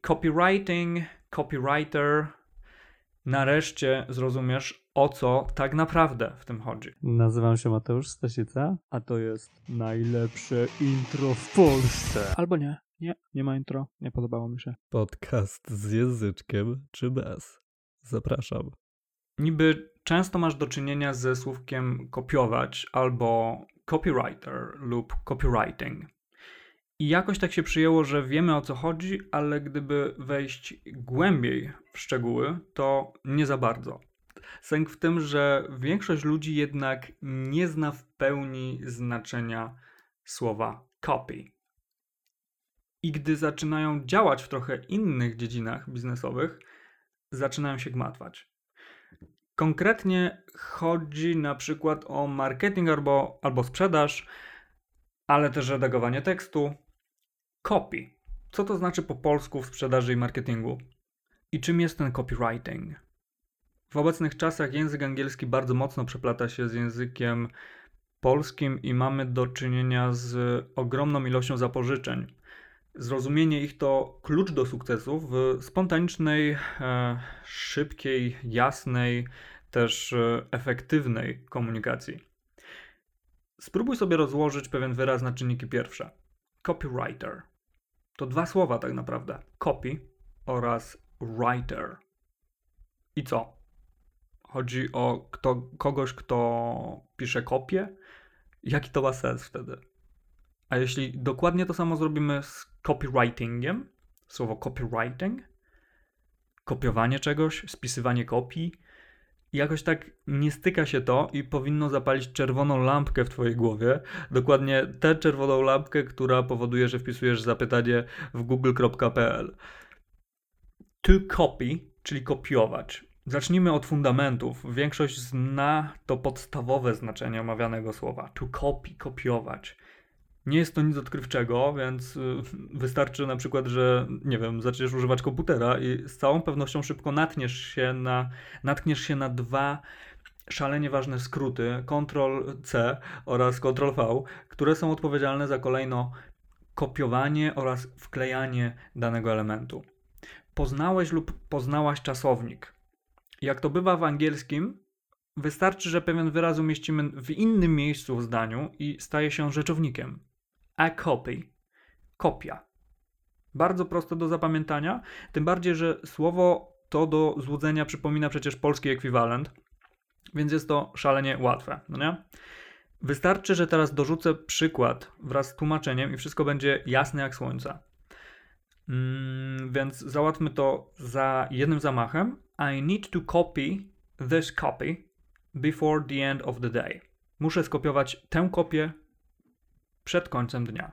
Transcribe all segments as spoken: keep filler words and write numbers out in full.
Copywriting, copywriter. Nareszcie zrozumiesz, o co tak naprawdę w tym chodzi. Nazywam się Mateusz Stasica, a to jest najlepsze intro w Polsce. Albo nie, nie, nie ma intro, nie podobało mi się. Podcast z języczkiem czy bez? Zapraszam. Niby często masz do czynienia ze słówkiem kopiować albo copywriter lub copywriting. I jakoś tak się przyjęło, że wiemy o co chodzi, ale gdyby wejść głębiej w szczegóły, to nie za bardzo. Sęk w tym, że większość ludzi jednak nie zna w pełni znaczenia słowa copy. I gdy zaczynają działać w trochę innych dziedzinach biznesowych, zaczynają się gmatwać. Konkretnie chodzi na przykład o marketing albo, albo sprzedaż, ale też redagowanie tekstu. Copy. Co to znaczy po polsku w sprzedaży i marketingu? I czym jest ten copywriting? W obecnych czasach język angielski bardzo mocno przeplata się z językiem polskim i mamy do czynienia z ogromną ilością zapożyczeń. Zrozumienie ich to klucz do sukcesu w spontanicznej, e, szybkiej, jasnej, też e, efektywnej komunikacji. Spróbuj sobie rozłożyć pewien wyraz na czynniki pierwsze. Copywriter. To dwa słowa tak naprawdę. Copy oraz writer. I co? Chodzi o kto, kogoś, kto pisze kopię? Jaki to ma sens wtedy? A jeśli dokładnie to samo zrobimy z copywritingiem, słowo copywriting, kopiowanie czegoś, spisywanie kopii, jakoś tak nie styka się to i powinno zapalić czerwoną lampkę w twojej głowie. Dokładnie tę czerwoną lampkę, która powoduje, że wpisujesz zapytanie w google kropka p l. To copy, czyli kopiować. Zacznijmy od fundamentów. Większość zna to podstawowe znaczenie omawianego słowa. To copy, kopiować. Nie jest to nic odkrywczego, więc wystarczy na przykład, że nie wiem, zaczniesz używać komputera i z całą pewnością szybko natkniesz się na, natkniesz się na dwa szalenie ważne skróty kontrol C oraz kontrol V, które są odpowiedzialne za kolejno kopiowanie oraz wklejanie danego elementu. Poznałeś lub poznałaś czasownik. Jak to bywa w angielskim, wystarczy, że pewien wyraz umieścimy w innym miejscu w zdaniu i staje się rzeczownikiem. A copy. Kopia. Bardzo proste do zapamiętania, tym bardziej, że słowo to do złudzenia przypomina przecież polski ekwiwalent, więc jest to szalenie łatwe, no nie? Wystarczy, że teraz dorzucę przykład wraz z tłumaczeniem i wszystko będzie jasne jak słońce. Mm, więc załatwmy to za jednym zamachem. I need to copy this copy before the end of the day. Muszę skopiować tę kopię przed końcem dnia.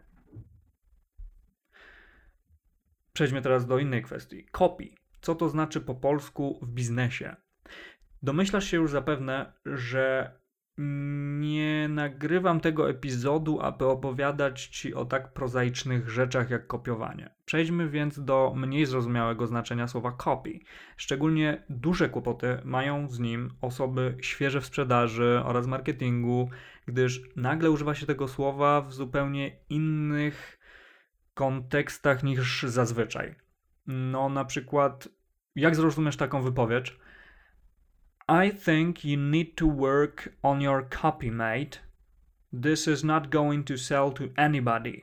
Przejdźmy teraz do innej kwestii. Copy. Co to znaczy po polsku w biznesie? Domyślasz się już zapewne, że nie nagrywam tego epizodu, aby opowiadać Ci o tak prozaicznych rzeczach jak kopiowanie. Przejdźmy więc do mniej zrozumiałego znaczenia słowa copy. Szczególnie duże kłopoty mają z nim osoby świeże w sprzedaży oraz marketingu, gdyż nagle używa się tego słowa w zupełnie innych kontekstach niż zazwyczaj. No na przykład, jak zrozumiesz taką wypowiedź? I think you need to work on your copy, mate. This is not going to sell to anybody.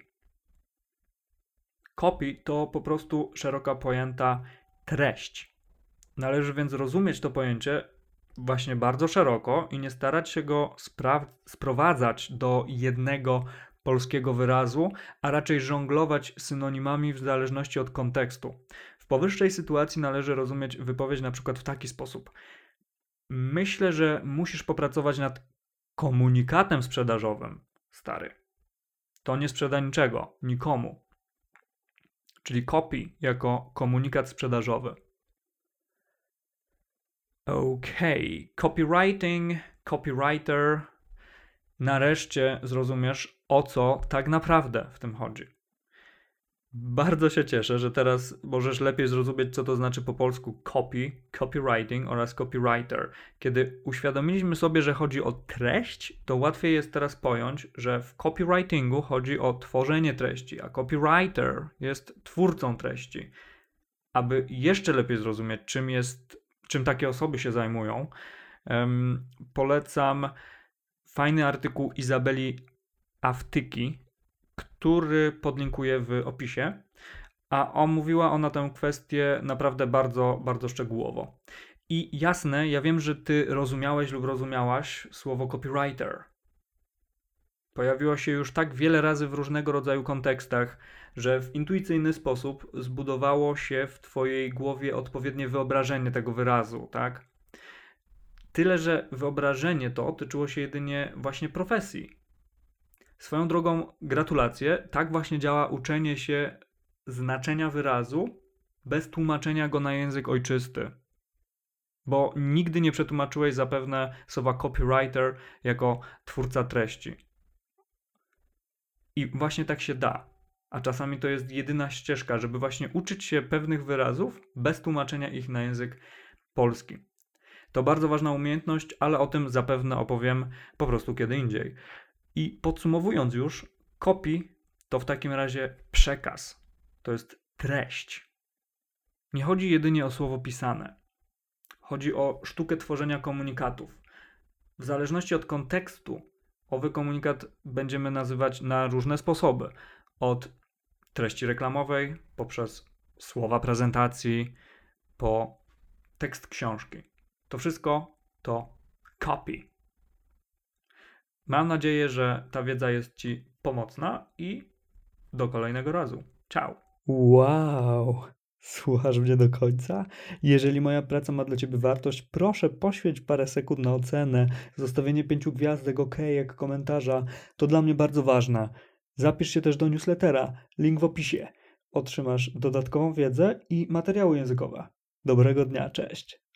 Copy to po prostu szeroka pojęta treść. Należy więc rozumieć to pojęcie właśnie bardzo szeroko i nie starać się go spra- sprowadzać do jednego polskiego wyrazu, a raczej żonglować synonimami w zależności od kontekstu. W powyższej sytuacji należy rozumieć wypowiedź na przykład w taki sposób. Myślę, że musisz popracować nad komunikatem sprzedażowym, stary. To nie sprzeda niczego, nikomu. Czyli copy jako komunikat sprzedażowy. Okej, copywriting, copywriter. Nareszcie zrozumiesz, o co tak naprawdę w tym chodzi. Bardzo się cieszę, że teraz możesz lepiej zrozumieć, co to znaczy po polsku copy, copywriting oraz copywriter. Kiedy uświadomiliśmy sobie, że chodzi o treść, to łatwiej jest teraz pojąć, że w copywritingu chodzi o tworzenie treści, a copywriter jest twórcą treści. aby jeszcze lepiej zrozumieć, czym jest, czym takie osoby się zajmują, em, polecam fajny artykuł Izabeli Awtyki, który podlinkuję w opisie, a omówiła ona tę kwestię naprawdę bardzo, bardzo szczegółowo. I jasne, ja wiem, że ty rozumiałeś lub rozumiałaś słowo copywriter. Pojawiło się już tak wiele razy w różnego rodzaju kontekstach, że w intuicyjny sposób zbudowało się w twojej głowie odpowiednie wyobrażenie tego wyrazu, tak? Tyle, że wyobrażenie to tyczyło się jedynie właśnie profesji. Swoją drogą, gratulacje, tak właśnie działa uczenie się znaczenia wyrazu bez tłumaczenia go na język ojczysty. Bo nigdy nie przetłumaczyłeś zapewne słowa copywriter jako twórca treści. I właśnie tak się da. A czasami to jest jedyna ścieżka, żeby właśnie uczyć się pewnych wyrazów bez tłumaczenia ich na język polski. To bardzo ważna umiejętność, ale o tym zapewne opowiem po prostu kiedy indziej. I podsumowując już, copy to w takim razie przekaz. To jest treść. Nie chodzi jedynie o słowo pisane. Chodzi o sztukę tworzenia komunikatów. W zależności od kontekstu, owy komunikat będziemy nazywać na różne sposoby. Od treści reklamowej, poprzez słowa prezentacji, po tekst książki. To wszystko to copy. Mam nadzieję, że ta wiedza jest ci pomocna i do kolejnego razu. Ciao. Wow! Słuchasz mnie do końca? Jeżeli moja praca ma dla ciebie wartość, proszę poświęć parę sekund na ocenę, zostawienie pięciu gwiazdek, okejek, komentarza. To dla mnie bardzo ważne. Zapisz się też do newslettera. Link w opisie. Otrzymasz dodatkową wiedzę i materiały językowe. Dobrego dnia, cześć!